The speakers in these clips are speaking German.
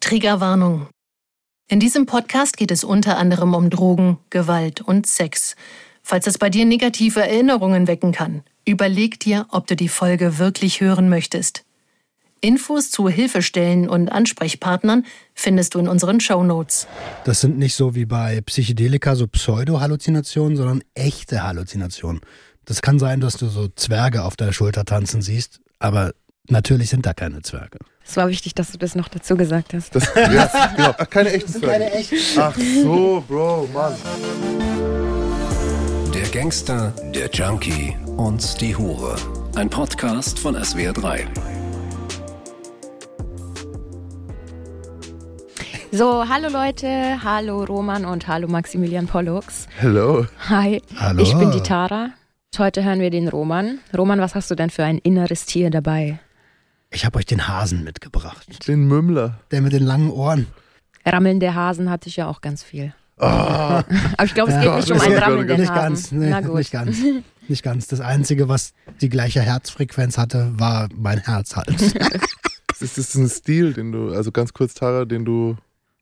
Triggerwarnung. In diesem Podcast geht es unter anderem um Drogen, Gewalt und Sex. Falls es bei dir negative Erinnerungen wecken kann, überleg dir, ob du die Folge wirklich hören möchtest. Infos zu Hilfestellen und Ansprechpartnern findest du in unseren Shownotes. Das sind nicht so wie bei Psychedelika so Pseudo-Halluzinationen, sondern echte Halluzinationen. Das kann sein, dass du so Zwerge auf der Schulter tanzen siehst, aber natürlich sind da keine Zwerge. Es war wichtig, dass du das noch dazu gesagt hast. Ja, genau. Ach, keine echten Zwerge. Keine echten. Ach so, Bro, Mann. Der Gangster, der Junkie und die Hure. Ein Podcast von SWR 3. So, hallo Leute, hallo Roman und hallo Maximilian Pollux. Hello. Hi, Hallo. ich bin die Tara. Heute hören wir den Roman. Roman, was hast du denn für ein inneres Tier dabei? Ich habe euch den Hasen mitgebracht. Den Mümmler. Der mit den langen Ohren. Rammelnde Hasen hatte ich ja auch ganz viel. Oh. Aber ich glaube, es geht Ja, nicht um einen rammelnden Nicht Hasen. ganz, nee, Na gut. nicht ganz. Nicht ganz. Das Einzige, was die gleiche Herzfrequenz hatte, war mein Herzhals. Ist das ein Stil, den du, also ganz kurz, Tara, den du,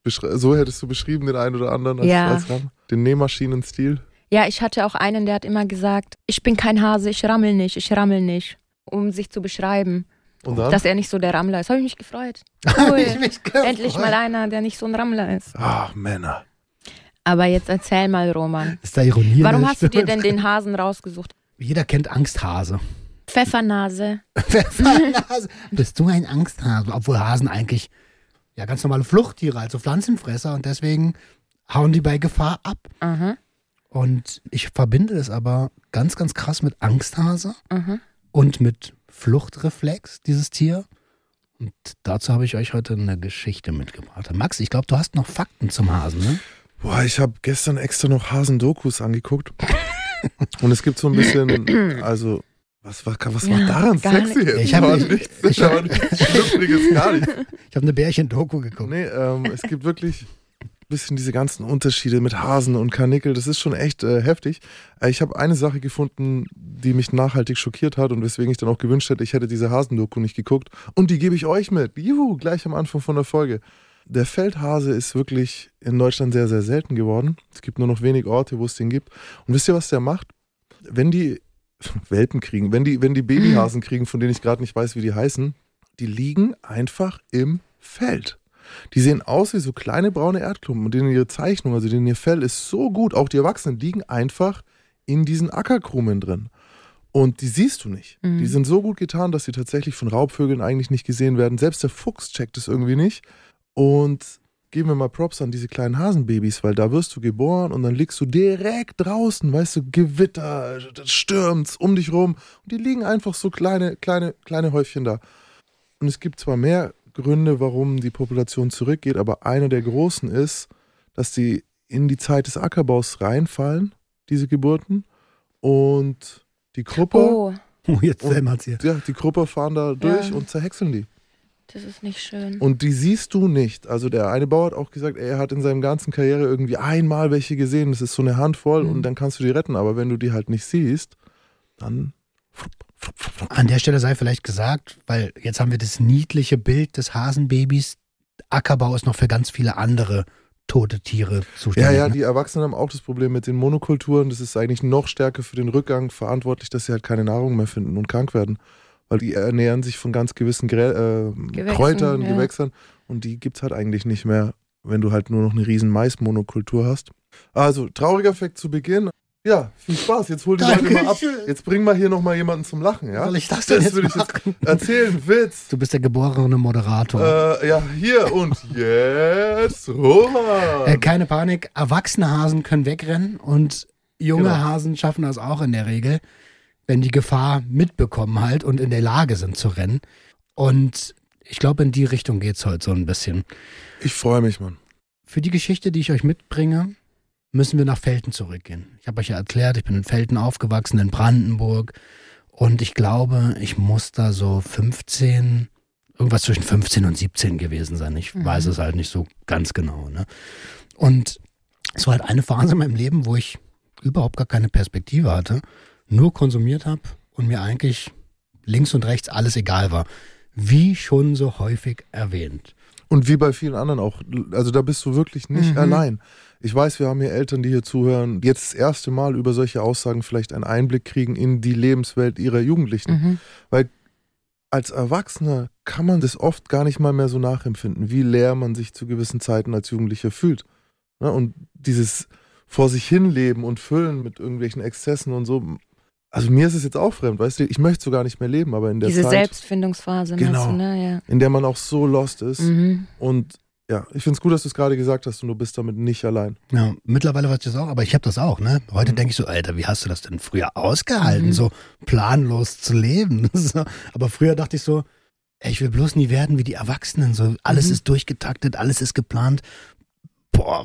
so hättest du beschrieben, den einen oder anderen als Ramm? Den Nähmaschinen-Stil? Ja, ich hatte auch einen, der hat immer gesagt, ich bin kein Hase, ich rammel nicht, um sich zu beschreiben. Und dann? Dass er nicht so der Rammler ist. Habe ich mich gefreut. Hab Cool. ich mich gefreut. Endlich mal einer, der nicht so ein Rammler ist. Ach, Männer. Aber jetzt erzähl mal, Roman. Ist da Ironie? Warum in der hast du dir Stimme? denn den Hasen rausgesucht? Jeder kennt Angsthase. Pfeffernase. Pfeffernase. Bist du ein Angsthase? Obwohl Hasen eigentlich ja ganz normale Fluchttiere, also Pflanzenfresser, und deswegen hauen die bei Gefahr ab. Aha. Und ich verbinde es aber ganz, ganz krass mit Angsthase Aha. und mit Fluchtreflex, dieses Tier. Und dazu habe ich euch heute eine Geschichte mitgebracht. Max, ich glaube, du hast noch Fakten zum Hasen, ne? Boah, ich habe gestern extra noch Hasen-Dokus angegucht. Und es gibt so ein bisschen, also, was war daran gar sexy nicht. jetzt? Ich Da war hab- nichts, ich da hab- war nichts Schlüpfriges, gar nichts. Ich habe eine Bärchen-Doku geguckt. Nee, es gibt wirklich ein bisschen diese ganzen Unterschiede mit Hasen und Karnickel. Das ist schon echt heftig. Ich habe eine Sache gefunden, die mich nachhaltig schockiert hat und weswegen ich dann auch gewünscht hätte, ich hätte diese Hasen-Doku nicht geguckt. Und die gebe ich euch mit. Juhu, gleich am Anfang von der Folge. Der Feldhase ist wirklich in Deutschland sehr, sehr selten geworden. Es gibt nur noch wenig Orte, wo es den gibt. Und wisst ihr, was der macht? Wenn die Welpen kriegen, wenn die Babyhasen kriegen, von denen ich gerade nicht weiß, wie die heißen, die liegen einfach im Feld. Die sehen aus wie so kleine braune Erdklumpen und denen ihre Zeichnung, also denen ihr Fell ist so gut. Auch die Erwachsenen liegen einfach in diesen Ackerkrumen drin. Und die siehst du nicht. Die sind so gut getan, dass sie tatsächlich von Raubvögeln eigentlich nicht gesehen werden. Selbst der Fuchs checkt es irgendwie nicht. Und geben wir mal Props an diese kleinen Hasenbabys, weil da wirst du geboren und dann liegst du direkt draußen, weißt du, Gewitter, stürmt's um dich rum und die liegen einfach so kleine Häufchen da. Und es gibt zwar mehr Gründe, warum die Population zurückgeht, aber einer der großen ist, dass die in die Zeit des Ackerbaus reinfallen, diese Geburten, und die Krupper, Oh, Oh, jetzt dämmert's hier. ja, die Krupper fahren da durch Ja. und zerhäckseln die. das ist nicht schön. Und die siehst du nicht. Also der eine Bauer hat auch gesagt, er hat in seiner ganzen Karriere irgendwie einmal welche gesehen. Das ist so eine Handvoll und dann kannst du die retten. Aber wenn du die halt nicht siehst, dann... An der Stelle sei vielleicht gesagt, weil jetzt haben wir das niedliche Bild des Hasenbabys. Ackerbau ist noch für ganz viele andere tote Tiere zuständig. Ja, ne? die Erwachsenen haben auch das Problem mit den Monokulturen. Das ist eigentlich noch stärker für den Rückgang verantwortlich, dass sie halt keine Nahrung mehr finden und krank werden. Weil die ernähren sich von ganz gewissen Kräutern, ja. Gewächsern. Und die gibt's halt eigentlich nicht mehr, wenn du halt nur noch eine riesen Mais-Monokultur hast. Also, trauriger Fakt zu Beginn. Ja, viel Spaß. Jetzt hol die Leute mal ab. Jetzt bring mal hier nochmal jemanden zum Lachen, ja? Soll ich das denn jetzt will ich machen? jetzt erzählen. Witz. Du bist der geborene Moderator. Ja, hier und jetzt Roman. Keine Panik, erwachsene Hasen können wegrennen und junge Genau. Hasen schaffen das auch in der Regel, wenn die Gefahr mitbekommen halt und in der Lage sind zu rennen. Und ich glaube, in die Richtung geht's heute so ein bisschen. Ich freue mich, Mann. Für die Geschichte, die ich euch mitbringe, müssen wir nach Velten zurückgehen. Ich habe euch ja erklärt, ich bin in Velten aufgewachsen, in Brandenburg. Und ich glaube, ich muss da so 15, irgendwas zwischen 15 und 17 gewesen sein. Ich weiß es halt nicht so ganz genau. Ne? Und es war halt eine Phase in meinem Leben, wo ich überhaupt gar keine Perspektive hatte, nur konsumiert habe und mir eigentlich links und rechts alles egal war. Wie schon so häufig erwähnt. Und wie bei vielen anderen auch. Also da bist du wirklich nicht allein. Ich weiß, wir haben hier Eltern, die hier zuhören, jetzt das erste Mal über solche Aussagen vielleicht einen Einblick kriegen in die Lebenswelt ihrer Jugendlichen. Weil als Erwachsener kann man das oft gar nicht mal mehr so nachempfinden, wie leer man sich zu gewissen Zeiten als Jugendlicher fühlt. Ja, und dieses vor sich hinleben und füllen mit irgendwelchen Exzessen und so. Also mir ist es jetzt auch fremd, weißt du, ich möchte so gar nicht mehr leben, aber in der Diese Zeit... Selbstfindungsphase, genau, meinst du, ne? Ja. In der man auch so lost ist. Und ja, ich finde es gut, dass du es gerade gesagt hast und du bist damit nicht allein. Ja, mittlerweile weiß ich das auch, aber ich habe das auch, ne? Heute denke ich so, Alter, wie hast du das denn früher ausgehalten, so planlos zu leben? So, aber früher dachte ich so, ey, ich will bloß nie werden wie die Erwachsenen, so alles ist durchgetaktet, alles ist geplant. Boah,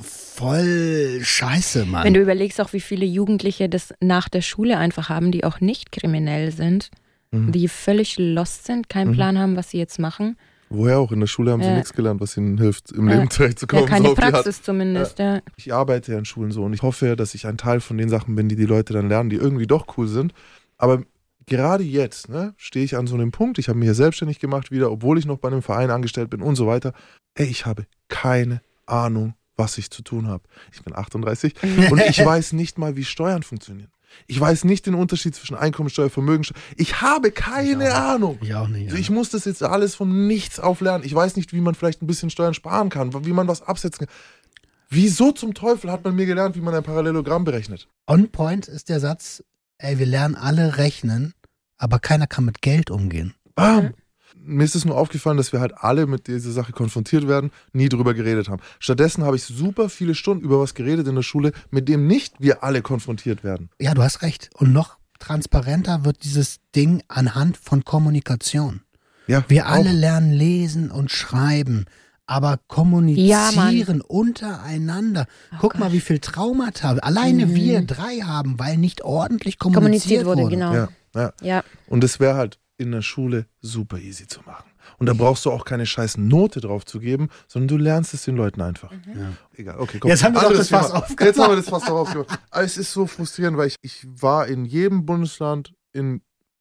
voll scheiße, Mann. Wenn du überlegst auch, wie viele Jugendliche das nach der Schule einfach haben, die auch nicht kriminell sind, die völlig lost sind, keinen Plan haben, was sie jetzt machen. Woher auch? In der Schule haben sie nichts gelernt, was ihnen hilft, im Leben zurechtzukommen. Ja, keine so Praxis zumindest, ja. Ich arbeite ja in Schulen so und ich hoffe ja, dass ich ein Teil von den Sachen bin, die die Leute dann lernen, die irgendwie doch cool sind. Aber gerade jetzt, ne, stehe ich an so einem Punkt, ich habe mich hier selbstständig gemacht wieder, obwohl ich noch bei einem Verein angestellt bin und so weiter. Ey, ich habe keine Ahnung, was ich zu tun habe. Ich bin 38 und ich weiß nicht mal, wie Steuern funktionieren. Ich weiß nicht den Unterschied zwischen Einkommensteuer, Vermögensteuer. Ich habe keine Ahnung. Ich auch nicht. Also ich muss das jetzt alles vom Nichts auf lernen. Ich weiß nicht, wie man vielleicht ein bisschen Steuern sparen kann, wie man was absetzen kann. Wieso zum Teufel hat man mir gelernt, wie man ein Parallelogramm berechnet? On point ist der Satz, ey, wir lernen alle rechnen, aber keiner kann mit Geld umgehen. Bam! Mir ist es nur aufgefallen, dass wir halt alle mit dieser Sache konfrontiert werden, nie drüber geredet haben. Stattdessen habe ich super viele Stunden über was geredet in der Schule, mit dem nicht wir alle konfrontiert werden. Ja, du hast recht. Und noch transparenter wird dieses Ding anhand von Kommunikation. Ja, Wir alle auch. lernen lesen und schreiben, aber kommunizieren untereinander. Guck mal, wie viel Traumata alleine wir 3 haben, weil nicht ordentlich kommuniziert wurde. Genau. Ja. Und es wäre halt in der Schule super easy zu machen. Und da brauchst du auch keine scheiß Note drauf zu geben, sondern du lernst es den Leuten einfach. Ja. Egal, okay, komm. Jetzt haben wir doch das Fass aufgemacht. Jetzt haben wir das Fass aufgemacht. Aber es ist so frustrierend, weil ich war in jedem Bundesland in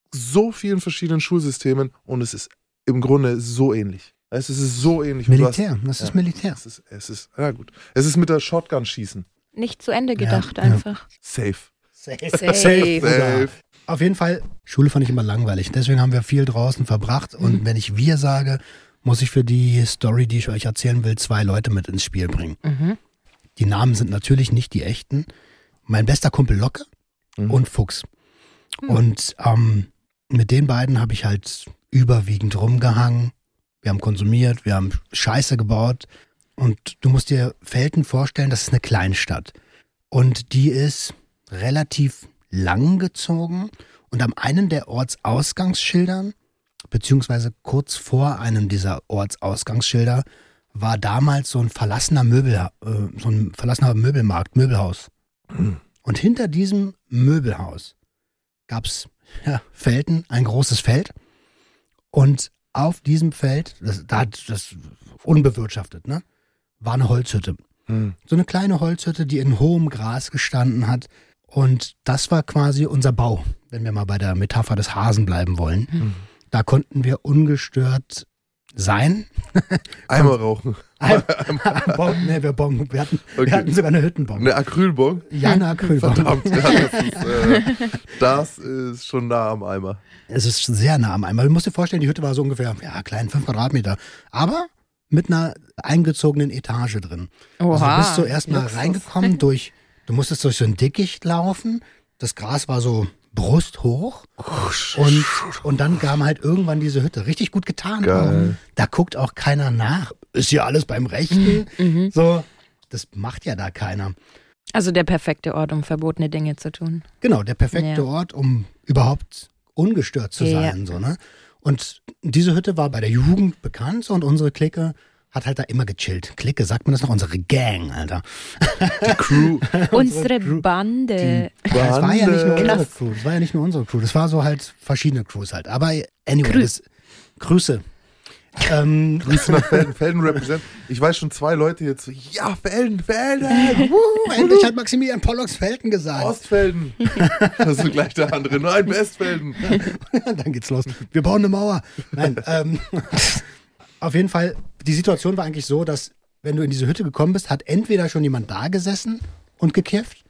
so vielen verschiedenen Schulsystemen und es ist im Grunde so ähnlich. Es ist so ähnlich. Militär, das ist Militär. Es ist, ja gut. Es ist mit der Shotgun schießen. Nicht zu Ende gedacht einfach. Safe. Safe. Auf jeden Fall, Schule fand ich immer langweilig. Deswegen haben wir viel draußen verbracht. Und wenn ich wir sage, muss ich für die Story, die ich euch erzählen will, 2 Leute mit ins Spiel bringen. Die Namen sind natürlich nicht die echten. Mein bester Kumpel Locke und Fuchs. Und mit den beiden habe ich halt überwiegend rumgehangen. Wir haben konsumiert, wir haben Scheiße gebaut. Und du musst dir Velten vorstellen, das ist eine Kleinstadt. Und die ist relativ lang gezogen. Und am einen der Ortsausgangsschildern, beziehungsweise kurz vor einem dieser Ortsausgangsschilder, war damals so ein verlassener Möbelmarkt, Möbelhaus. Und hinter diesem Möbelhaus gab es Velten, ein großes Feld. Und auf diesem Feld, das unbewirtschaftet, ne, war eine Holzhütte. So eine kleine Holzhütte, die in hohem Gras gestanden hat. Und das war quasi unser Bau, wenn wir mal bei der Metapher des Hasen bleiben wollen. Da konnten wir ungestört sein. Eimer rauchen. Bon, nee, wir hatten sogar eine Hüttenbon. Eine Acrylbon? Ja, eine Acrylbon. Verdammt, das ist schon nah am Eimer. Es ist sehr nah am Eimer. Du musst dir vorstellen, die Hütte war so ungefähr, klein, 5 Quadratmeter. Aber mit einer eingezogenen Etage drin. Oha. Also du bist so erstmal reingekommen du musstest durch so ein Dickicht laufen. Das Gras war so brusthoch. Und dann kam halt irgendwann diese Hütte. Richtig gut getan. Geil. Da guckt auch keiner nach. Ist hier alles beim Rechten? So, das macht ja da keiner. Also der perfekte Ort, um verbotene Dinge zu tun. Genau, der perfekte Ort, um überhaupt ungestört zu sein. So, ne? Und diese Hütte war bei der Jugend bekannt und unsere Clique hat halt da immer gechillt. Clique, sagt man das noch? Unsere Gang, Alter. Die Crew. Unsere Bande. Das war ja nicht nur unsere Crew. Das war ja nicht nur unsere Crew. Das war so halt verschiedene Crews halt. Aber anyway, Grüße. Grüße nach Velden. Velden represent. Ich weiß schon 2 Leute jetzt so, ja, Velden. Endlich hat Maximilian Pollocks Velden gesagt. Ostvelden. Das ist gleich der andere. Nein, Westvelden. Dann geht's los. Wir bauen eine Mauer. Nein, auf jeden Fall, die Situation war eigentlich so, dass wenn du in diese Hütte gekommen bist, hat entweder schon jemand da gesessen und gekifft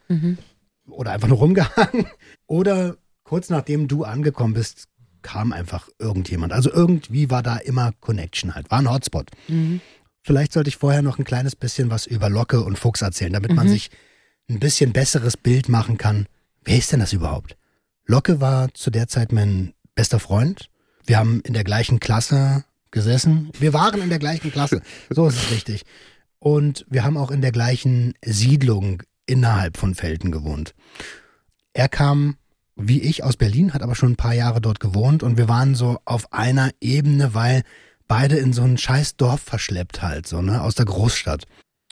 oder einfach nur rumgehangen oder kurz nachdem du angekommen bist, kam einfach irgendjemand. Also irgendwie war da immer Connection halt, war ein Hotspot. Vielleicht sollte ich vorher noch ein kleines bisschen was über Locke und Fuchs erzählen, damit man sich ein bisschen besseres Bild machen kann. Wer ist denn das überhaupt? Locke war zu der Zeit mein bester Freund. Wir haben in der gleichen Klasse gesessen. Wir waren in der gleichen Klasse, so ist es richtig. Und wir haben auch in der gleichen Siedlung innerhalb von Velten gewohnt. Er kam, wie ich, aus Berlin, hat aber schon ein paar Jahre dort gewohnt und wir waren so auf einer Ebene, weil beide in so ein scheiß Dorf verschleppt halt, so, ne, aus der Großstadt.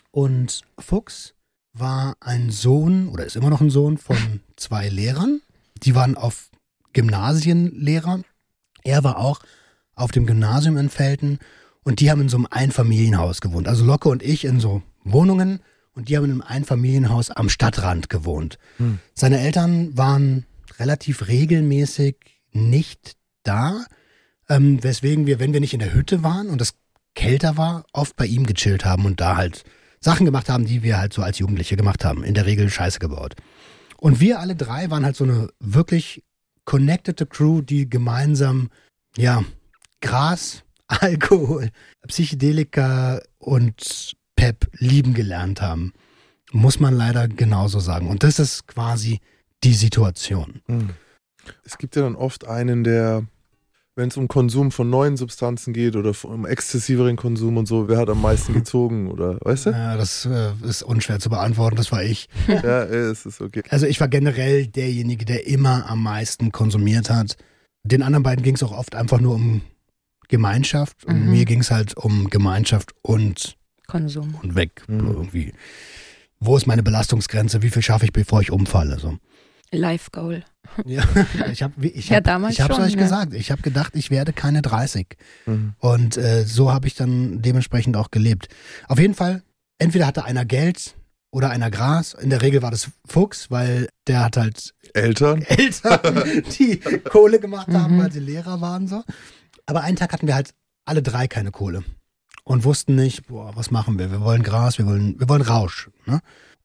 Und Fuchs war ein Sohn, oder ist immer noch ein Sohn von 2 Lehrern. Die waren auf Gymnasienlehrer. Er war auch auf dem Gymnasium in Velten und die haben in so einem Einfamilienhaus gewohnt. Also Locke und ich in so Wohnungen und die haben in einem Einfamilienhaus am Stadtrand gewohnt. Seine Eltern waren relativ regelmäßig nicht da, weswegen wir, wenn wir nicht in der Hütte waren und es kälter war, oft bei ihm gechillt haben und da halt Sachen gemacht haben, die wir halt so als Jugendliche gemacht haben. In der Regel Scheiße gebaut. Und wir alle 3 waren halt so eine wirklich connected Crew, die gemeinsam, ja, Gras, Alkohol, Psychedelika und Pep lieben gelernt haben. Muss man leider genauso sagen. Und das ist quasi die Situation. Es gibt ja dann oft einen, der, wenn es um Konsum von neuen Substanzen geht oder um exzessiveren Konsum und so, wer hat am meisten gezogen oder, weißt du? Ja, das ist unschwer zu beantworten, das war ich. Ja, es ist okay. Also ich war generell derjenige, der immer am meisten konsumiert hat. Den anderen beiden ging es auch oft einfach nur um Gemeinschaft und mir ging es halt um Gemeinschaft und Konsum. Und weg irgendwie. Wo ist meine Belastungsgrenze? Wie viel schaffe ich, bevor ich umfalle? So. Life Goal. Ja, ich habe damals es schon, euch ja. gesagt. Ich habe gedacht, ich werde keine 30. Und so habe ich dann dementsprechend auch gelebt. Auf jeden Fall, entweder hatte einer Geld oder einer Gras. In der Regel war das Fuchs, weil der hat halt Eltern, die Kohle gemacht haben, weil sie Lehrer waren. So. Aber einen Tag hatten wir halt alle 3 keine Kohle. Und wussten nicht, boah, was machen wir? Wir wollen Gras, wir wollen Rausch. Ne?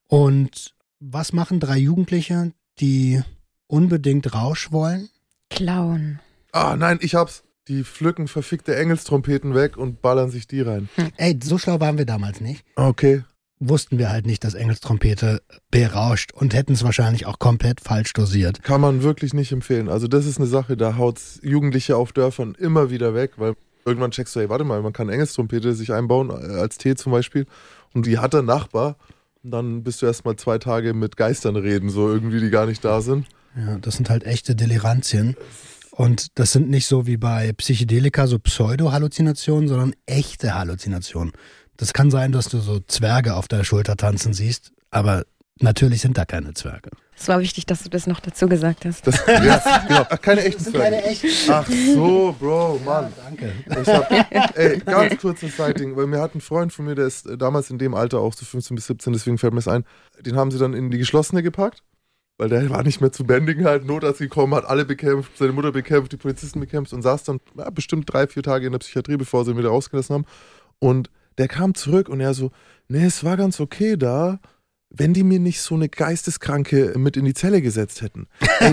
Und was machen 3 Jugendliche, die unbedingt Rausch wollen? Klauen. Ah, nein, ich hab's. Die pflücken verfickte Engelstrompeten weg und ballern sich die rein. Ey, so schlau waren wir damals nicht. Okay. Wussten wir halt nicht, dass Engelstrompete berauscht und hätten es wahrscheinlich auch komplett falsch dosiert. Kann man wirklich nicht empfehlen. Also das ist eine Sache, da haut's Jugendliche auf Dörfern immer wieder weg, weil irgendwann checkst du, hey, warte mal, man kann Engelstrompete sich einbauen, als Tee zum Beispiel. Und die hat der Nachbar. Und dann bist du erstmal 2 Tage mit Geistern reden, so irgendwie, die gar nicht da sind. Ja, das sind halt echte Delirantien. Und das sind nicht so wie bei Psychedelika, so Pseudo-Halluzinationen, sondern echte Halluzinationen. Das kann sein, dass du so Zwerge auf der Schulter tanzen siehst, aber natürlich sind da keine Zwerge. Es war wichtig, dass du das noch dazu gesagt hast. Ja, genau. Ach, keine echten Zwerge. Keine echten. Ach so, Bro, Mann. Danke. Ich hab, ganz kurzes Sighting, weil mir hat ein Freund von mir, der ist damals in dem Alter auch so 15 bis 17, deswegen fällt mir es ein, den haben sie dann in die geschlossene gepackt, weil der war nicht mehr zu bändigen halt, Notarzt gekommen, hat alle bekämpft, seine Mutter bekämpft, die Polizisten bekämpft und saß dann bestimmt 3-4 Tage in der Psychiatrie, bevor sie ihn wieder rausgelassen haben. Und der kam zurück und er so, nee, es war ganz okay da, wenn die mir nicht so eine Geisteskranke mit in die Zelle gesetzt hätten. Ey,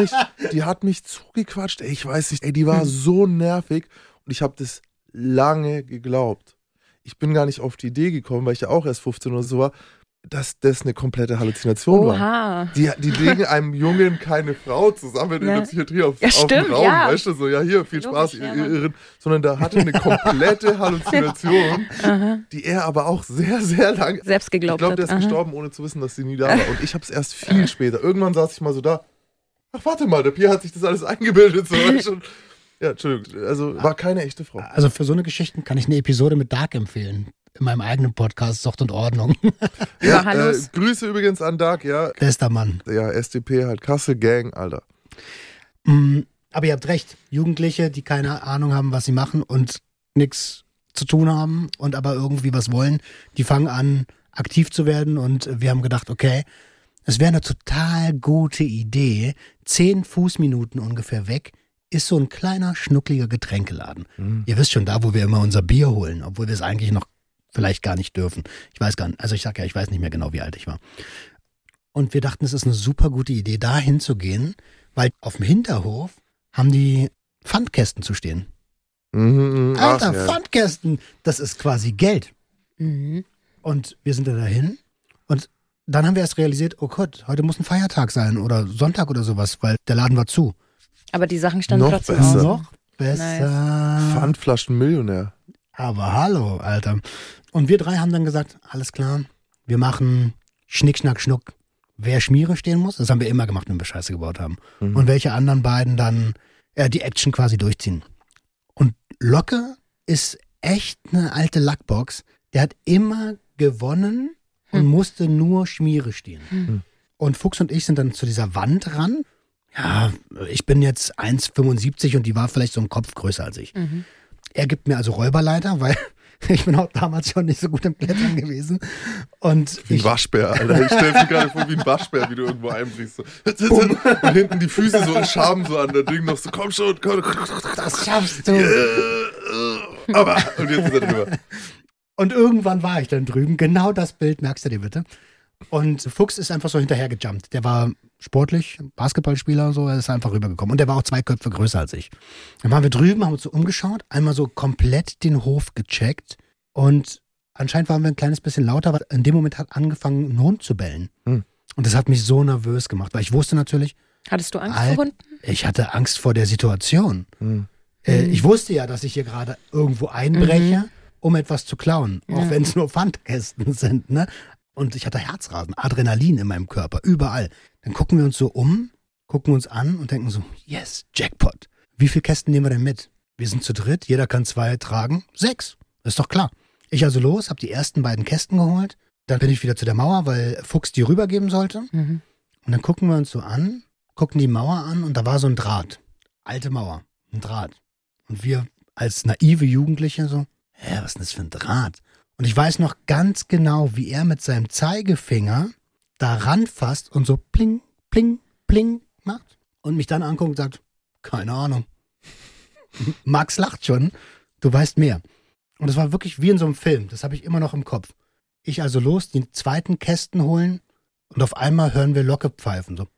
die hat mich zugequatscht, ey, ich weiß nicht, ey, die war so nervig und ich habe das lange geglaubt. Ich bin gar nicht auf die Idee gekommen, weil ich ja auch erst 15 oder so war, dass das eine komplette Halluzination war. Die legen einem Jungen keine Frau zusammen in der Psychiatrie auf den Raum, weißt du, so, ja hier, viel Spaß, ihr Irren, sondern da hatte eine komplette Halluzination, die er aber auch sehr, sehr lange selbst geglaubt hat. Ich glaube, der ist gestorben, ohne zu wissen, dass sie nie da war. Und ich habe es erst viel später. Irgendwann saß ich mal so da, ach warte mal, der Pierre hat sich das alles eingebildet. So. Ja, Entschuldigung, also war keine echte Frau. Also für so eine Geschichte kann ich eine Episode mit Dark empfehlen. In meinem eigenen Podcast, Sucht und Ordnung. Ja, Grüße übrigens an Dark, ja. Bester Mann. Ja, SDP halt, Kassel Gang, Alter. Aber ihr habt recht, Jugendliche, die keine Ahnung haben, was sie machen und nichts zu tun haben und aber irgendwie was wollen, die fangen an, aktiv zu werden und wir haben gedacht, okay, es wäre eine total gute Idee, 10 Fußminuten ungefähr weg, ist so ein kleiner, schnuckliger Getränkeladen. Ihr wisst schon, da, wo wir immer unser Bier holen, obwohl wir es eigentlich noch vielleicht gar nicht dürfen. Ich weiß gar nicht, also ich sag ja, ich weiß nicht mehr genau, wie alt ich war. Und wir dachten, es ist eine super gute Idee, da hinzugehen, weil auf dem Hinterhof haben die Pfandkästen zu stehen. Alter, ja. Pfandkästen, das ist quasi Geld. Mhm. Und wir sind da dahin und dann haben wir erst realisiert, oh Gott, heute muss ein Feiertag sein oder Sonntag oder sowas, weil der Laden war zu. Aber die Sachen standen Noch trotzdem besser. aus. Noch besser. Pfandflaschen-Millionär. Aber hallo, Alter. Und wir drei haben dann gesagt, alles klar, wir machen Schnick, Schnack, Schnuck, wer Schmiere stehen muss. Das haben wir immer gemacht, wenn wir Scheiße gebaut haben. Und welche anderen beiden dann die Action quasi durchziehen. Und Locke ist echt eine alte Lackbox. Der hat immer gewonnen und musste nur Schmiere stehen. Und Fuchs und ich sind dann zu dieser Wand ran. Ja, ich bin jetzt 1,75 und die war vielleicht so einen Kopf größer als ich. Er gibt mir also Räuberleiter, weil ich bin auch damals schon nicht so gut im Klettern gewesen. Und Wie ein Waschbär, Alter. Ich stelle mir gerade vor, wie ein Waschbär, wie du irgendwo einbrichst. So. Und hinten die Füße so in Schaben so an der Ding noch so, komm schon, komm. das schaffst du. Aber, und jetzt ist er drüber. Und irgendwann war ich dann drüben. Genau das Bild, merkst du dir bitte. Und Fuchs ist einfach so hinterhergejumpt. Der war sportlich, Basketballspieler, so, er ist einfach rübergekommen. Und der war auch 2 Köpfe größer als ich. Dann waren wir drüben, haben uns so umgeschaut, einmal so komplett den Hof gecheckt. Und anscheinend waren wir ein kleines bisschen lauter, weil in dem Moment hat angefangen, ein Hund zu bellen. Und das hat mich so nervös gemacht, weil ich wusste natürlich, Hattest du Angst vor Hunden? ich hatte Angst vor der Situation. Ich wusste ja, dass ich hier gerade irgendwo einbreche, um etwas zu klauen. Auch wenn es nur Pfandkästen sind, ne? Und ich hatte Herzrasen, Adrenalin in meinem Körper, überall. Dann gucken wir uns so um, gucken uns an und denken so, yes, Jackpot. Wie viele Kästen nehmen wir denn mit? Wir sind zu dritt, jeder kann 2 tragen. 6, ist doch klar. Ich also los, habe die ersten beiden Kästen geholt. Dann bin ich wieder zu der Mauer, weil Fuchs die rübergeben sollte. Und dann gucken wir uns so an, gucken die Mauer an und da war so ein Draht. Alte Mauer, ein Draht. Und wir als naive Jugendliche so, was ist denn das für ein Draht? Und ich weiß noch ganz genau, wie er mit seinem Zeigefinger da ranfasst und so pling, pling, pling macht. Und mich dann anguckt und sagt, keine Ahnung. Max lacht schon, du weißt mehr. Und es war wirklich wie in so einem Film, das habe ich immer noch im Kopf. Ich also los, die zweiten Kästen holen und auf einmal hören wir Locke pfeifen. So.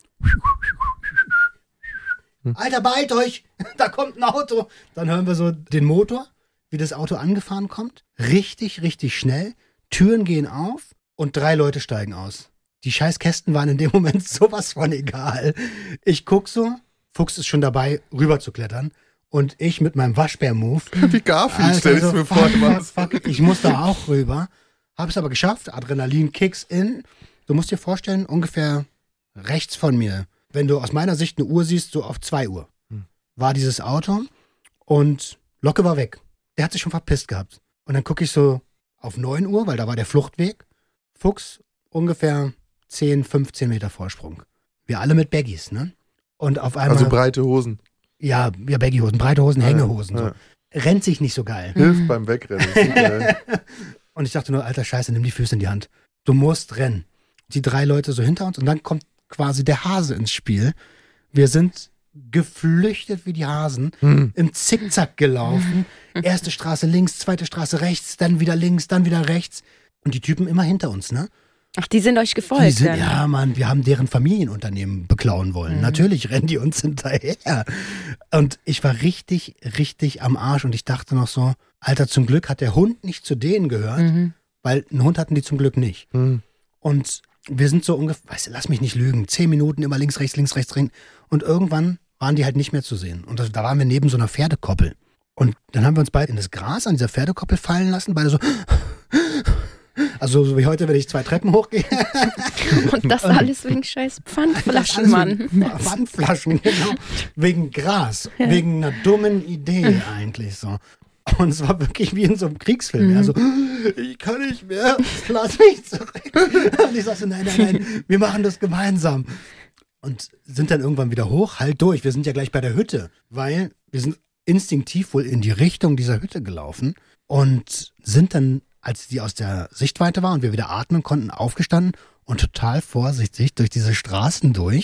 Alter, beeilt euch, da kommt ein Auto. Dann hören wir so den Motor, wie das Auto angefahren kommt. Richtig, richtig schnell. Türen gehen auf und 3 Leute steigen aus. Die scheiß Kästen waren in dem Moment sowas von egal. Ich guck so, Fuchs ist schon dabei, rüber zu klettern. Und ich mit meinem Waschbär-Move. Wie Garfield, stell ich mir vor. Fuck, ich muss da auch rüber. Hab's aber geschafft. Adrenalin kicks in. Du musst dir vorstellen, ungefähr rechts von mir, wenn du aus meiner Sicht eine Uhr siehst, so auf 2 Uhr, war dieses Auto und Locke war weg. Der hat sich schon verpisst gehabt. Und dann gucke ich so auf 9 Uhr, weil da war der Fluchtweg. Fuchs, ungefähr 10, 15 Meter Vorsprung. Wir alle mit Baggies, ne? Und auf einmal... Also breite Hosen. Ja, Baggyhosen, breite Hosen, Hängehosen. So. Rennt sich nicht so geil. Hilft beim Wegrennen. Geil. Und ich dachte nur, alter Scheiße, nimm die Füße in die Hand. Du musst rennen. Die 3 Leute so hinter uns und dann kommt quasi der Hase ins Spiel. Wir sind geflüchtet wie die Hasen, im Zickzack gelaufen. Erste Straße links, zweite Straße rechts, dann wieder links, dann wieder rechts. Und die Typen immer hinter uns, ne? Ach, die sind euch gefolgt? Ja, Mann, wir haben deren Familienunternehmen beklauen wollen. Natürlich rennen die uns hinterher. Und ich war richtig, richtig am Arsch und ich dachte noch so, Alter, zum Glück hat der Hund nicht zu denen gehört, weil einen Hund hatten die zum Glück nicht. Und wir sind so ungefähr, weißt du, lass mich nicht lügen, 10 Minuten immer links, rechts, rennen. Und irgendwann waren die halt nicht mehr zu sehen. Und da waren wir neben so einer Pferdekoppel. Und dann haben wir uns beide in das Gras an dieser Pferdekoppel fallen lassen, beide so... Also so wie heute, wenn ich 2 Treppen hochgehe. Und das alles wegen scheiß Pfandflaschen, Mann. Pfandflaschen, genau. Wegen Gras. Wegen einer dummen Idee eigentlich so. Und es war wirklich wie in so einem Kriegsfilm. Also, ich kann nicht mehr, lass mich zurück. Und ich sag so, nein, wir machen das gemeinsam. Und sind dann irgendwann wieder hoch, halt durch. Wir sind ja gleich bei der Hütte, weil wir sind instinktiv wohl in die Richtung dieser Hütte gelaufen und sind dann, als die aus der Sichtweite war und wir wieder atmen konnten, aufgestanden und total vorsichtig durch diese Straßen durch,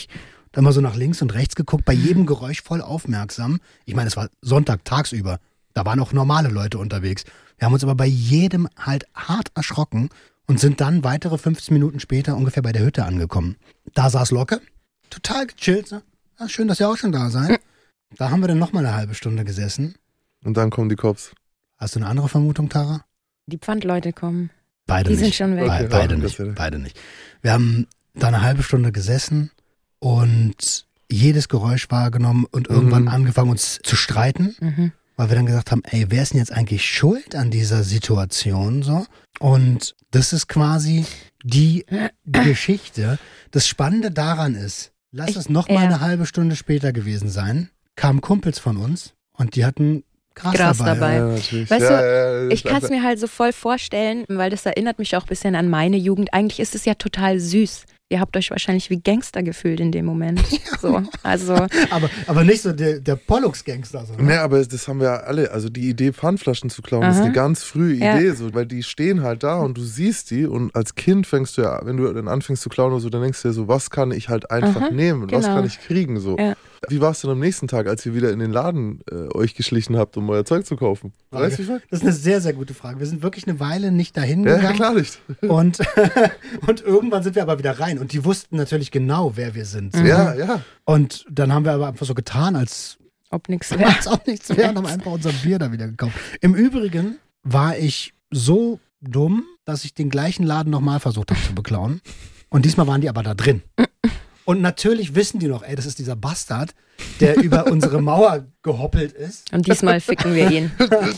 dann mal so nach links und rechts geguckt, bei jedem Geräusch voll aufmerksam. Ich meine, es war Sonntag tagsüber, da waren auch normale Leute unterwegs. Wir haben uns aber bei jedem halt hart erschrocken und sind dann weitere 15 Minuten später ungefähr bei der Hütte angekommen. Da saß Locke, total gechillt. So. Ja, schön, dass ihr auch schon da seid. Da haben wir dann nochmal eine halbe Stunde gesessen. Und dann kommen die Cops. Hast du eine andere Vermutung, Tara? Die Pfandleute kommen. Beide Die nicht. sind schon weg. Okay, Beide nicht. Wir haben da eine halbe Stunde gesessen und jedes Geräusch wahrgenommen und irgendwann angefangen uns zu streiten, weil wir dann gesagt haben, ey, wer ist denn jetzt eigentlich schuld an dieser Situation so? Und das ist quasi die Geschichte. Das Spannende daran ist, lass es noch mal eine halbe Stunde später gewesen sein, kamen Kumpels von uns und die hatten Gras dabei. Ja, natürlich. Weißt du, ich kann es mir halt so voll vorstellen, weil das erinnert mich auch ein bisschen an meine Jugend. Eigentlich ist es ja total süß. Ihr habt euch wahrscheinlich wie Gangster gefühlt in dem Moment. So, also. aber nicht so der Pollux-Gangster. So, ne? Nee, aber das haben wir ja alle. Also die Idee, Pfandflaschen zu klauen, ist eine ganz frühe Idee, so, weil die stehen halt da und du siehst die und als Kind fängst du ja, wenn du dann anfängst zu klauen oder so, dann denkst du ja so, was kann ich halt einfach nehmen? Genau. Was kann ich kriegen? So. Ja. Wie war es denn am nächsten Tag, als ihr wieder in den Laden euch geschlichen habt, um euer Zeug zu kaufen? Weißt du, wie? Das ist eine sehr, sehr gute Frage. Wir sind wirklich eine Weile nicht dahin gegangen. Ja, klar nicht. Und irgendwann sind wir aber wieder rein. Und die wussten natürlich genau, wer wir sind. Ja, ja. Und dann haben wir aber einfach so getan, als ob nichts wäre. Als ob nichts wäre, und haben einfach unser Bier da wieder gekauft. Im Übrigen war ich so dumm, dass ich den gleichen Laden nochmal versucht habe zu beklauen. Und diesmal waren die aber da drin. Und natürlich wissen die noch, ey, das ist dieser Bastard, der über unsere Mauer gehoppelt ist. Und diesmal ficken wir ihn.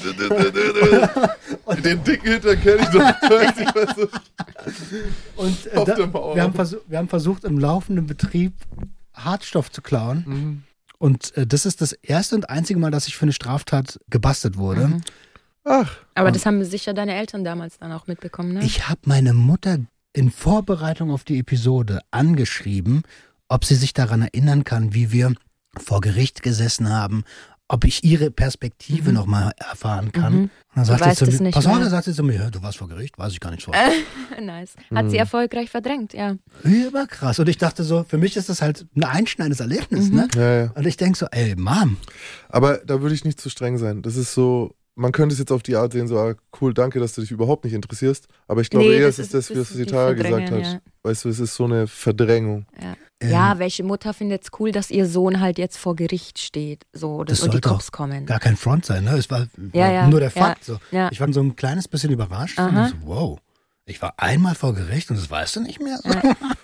Und den dicken Hintern kenne ich doch. Und wir haben versucht, im laufenden Betrieb Hartstoff zu klauen. Und das ist das erste und einzige Mal, dass ich für eine Straftat gebastelt wurde. Ach. Aber das haben sicher deine Eltern damals dann auch mitbekommen, ne? Ich habe meine Mutter in Vorbereitung auf die Episode angeschrieben, ob sie sich daran erinnern kann, wie wir vor Gericht gesessen haben, ob ich ihre Perspektive nochmal erfahren kann. Und dann sagt sie zu mir, pass auf, dann sagt sie zu mir, du warst vor Gericht, weiß ich gar nicht so. Nice. Hat sie erfolgreich verdrängt, ja. Überkrass. Und ich dachte so, für mich ist das halt ein einschneidendes Erlebnis, ne? Ja. Und ich denke so, ey, Mom. Aber da würde ich nicht zu streng sein. Das ist so, man könnte es jetzt auf die Art sehen, so, cool, danke, dass du dich überhaupt nicht interessierst. Aber ich glaube eher, es ist das, was die Tara gesagt hat. Ja. Weißt du, es ist so eine Verdrängung. Ja, welche Mutter findet es cool, dass ihr Sohn halt jetzt vor Gericht steht, so, und die Cops kommen. Gar kein Front sein, ne? Es war nur der Fakt. So. Ja. Ich war so ein kleines bisschen überrascht. Und so, wow, ich war einmal vor Gericht und das weißt du nicht mehr. So.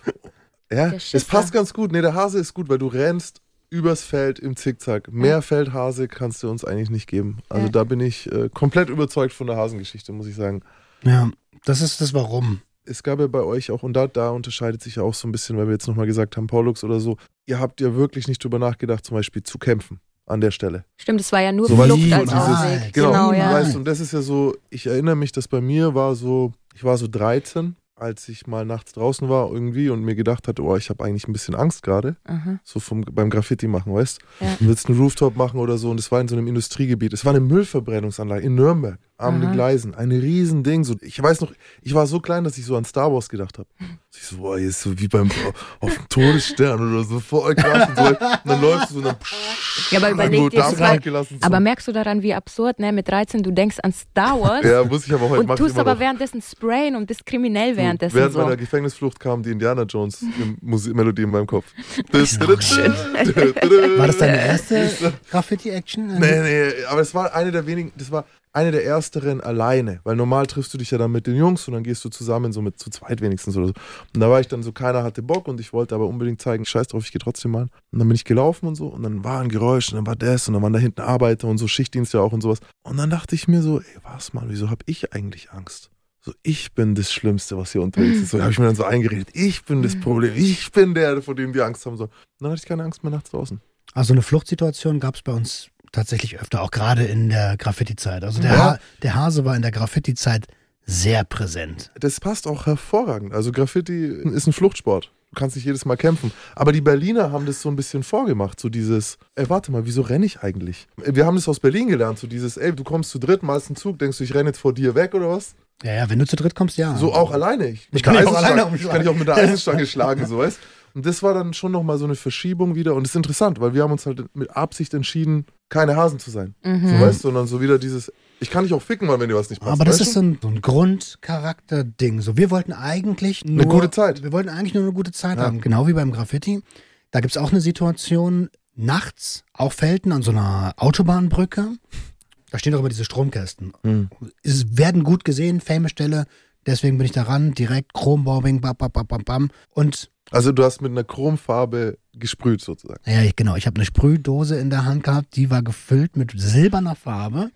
Ja, es passt ganz gut. Nee, der Hase ist gut, weil du rennst übers Feld im Zickzack. Mehr Feldhase kannst du uns eigentlich nicht geben. Also da bin ich komplett überzeugt von der Hasengeschichte, muss ich sagen. Ja, das ist das Warum. Es gab ja bei euch auch, und da unterscheidet sich ja auch so ein bisschen, weil wir jetzt nochmal gesagt haben, Pollux oder so, ihr habt ja wirklich nicht drüber nachgedacht, zum Beispiel zu kämpfen an der Stelle. Stimmt, es war ja nur so Flucht als Ausweg. Genau, ja. Weißt du, und das ist ja so, ich erinnere mich, dass bei mir war so, ich war so 13, als ich mal nachts draußen war irgendwie und mir gedacht hatte, ich habe eigentlich ein bisschen Angst gerade, so beim Graffiti machen, weißt du? Ja. Du willst einen Rooftop machen oder so und es war in so einem Industriegebiet. Es war eine Müllverbrennungsanlage in Nürnberg, am den Gleisen, ein Riesending. So, ich weiß noch, ich war so klein, dass ich so an Star Wars gedacht habe. Ich so, hier ist so wie auf dem Todesstern oder so, voll krass und so. Und dann läufst du so und dann ja, aber überleg dir, aber merkst du daran, wie absurd, ne? Mit 13, du denkst an Star Wars. Ja, muss ich aber heute machen. Und tust aber währenddessen sprayen und bist kriminell währenddessen. Während meiner Gefängnisflucht kam die Indiana Jones Melodie in meinem Kopf. War das deine erste Graffiti-Action? Nee, aber es war eine der wenigen, das war eine der ersteren alleine, weil normal triffst du dich ja dann mit den Jungs und dann gehst du zusammen so mit zu zweit wenigstens oder so. Und da war ich dann so, keiner hatte Bock und ich wollte aber unbedingt zeigen, scheiß drauf, ich gehe trotzdem mal. Und dann bin ich gelaufen und so und dann war ein Geräusch und dann war das und dann waren da hinten Arbeiter und so Schichtdienst ja auch und sowas. Und dann dachte ich mir so, ey, was mal, wieso hab ich eigentlich Angst? So, ich bin das Schlimmste, was hier unterwegs ist. So habe ich mir dann so eingeredet, ich bin das Problem, ich bin der, vor dem die Angst haben. So. Und dann hatte ich keine Angst mehr nachts draußen. Also eine Fluchtsituation gab es bei uns tatsächlich öfter, auch gerade in der Graffiti-Zeit. Also der Hase war in der Graffiti-Zeit sehr präsent. Das passt auch hervorragend. Also Graffiti ist ein Fluchtsport. Du kannst nicht jedes Mal kämpfen. Aber die Berliner haben das so ein bisschen vorgemacht. So dieses, warte mal, wieso renne ich eigentlich? Wir haben das aus Berlin gelernt. So dieses, du kommst zu dritt, malst einen Zug, denkst du, ich renne jetzt vor dir weg oder was? Ja, wenn du zu dritt kommst, ja. So auch alleine. Ich kann dich auch alleine umschlagen. Ich kann dich auch mit der Eisenstange schlagen, so weißt. Und das war dann schon nochmal so eine Verschiebung wieder. Und das ist interessant, weil wir haben uns halt mit Absicht entschieden, keine Hasen zu sein. So, weißt du, sondern so wieder dieses, ich kann dich auch ficken, mal, wenn dir was nicht passt. Aber das ist so ein Grundcharakter-Ding. So, wir wollten eigentlich nur eine gute Zeit. Wir wollten eigentlich nur eine gute Zeit haben. Genau wie beim Graffiti. Da gibt es auch eine Situation, nachts, auch Felten an so einer Autobahnbrücke. Da stehen doch immer diese Stromkästen. Es werden gut gesehen, Fame-Stelle. Deswegen bin ich daran, direkt Chrombobbing, bam, bam, bam, bam, bam. Und also du hast mit einer Chromfarbe gesprüht sozusagen. ja, genau. Ich habe eine Sprühdose in der Hand gehabt, die war gefüllt mit silberner Farbe.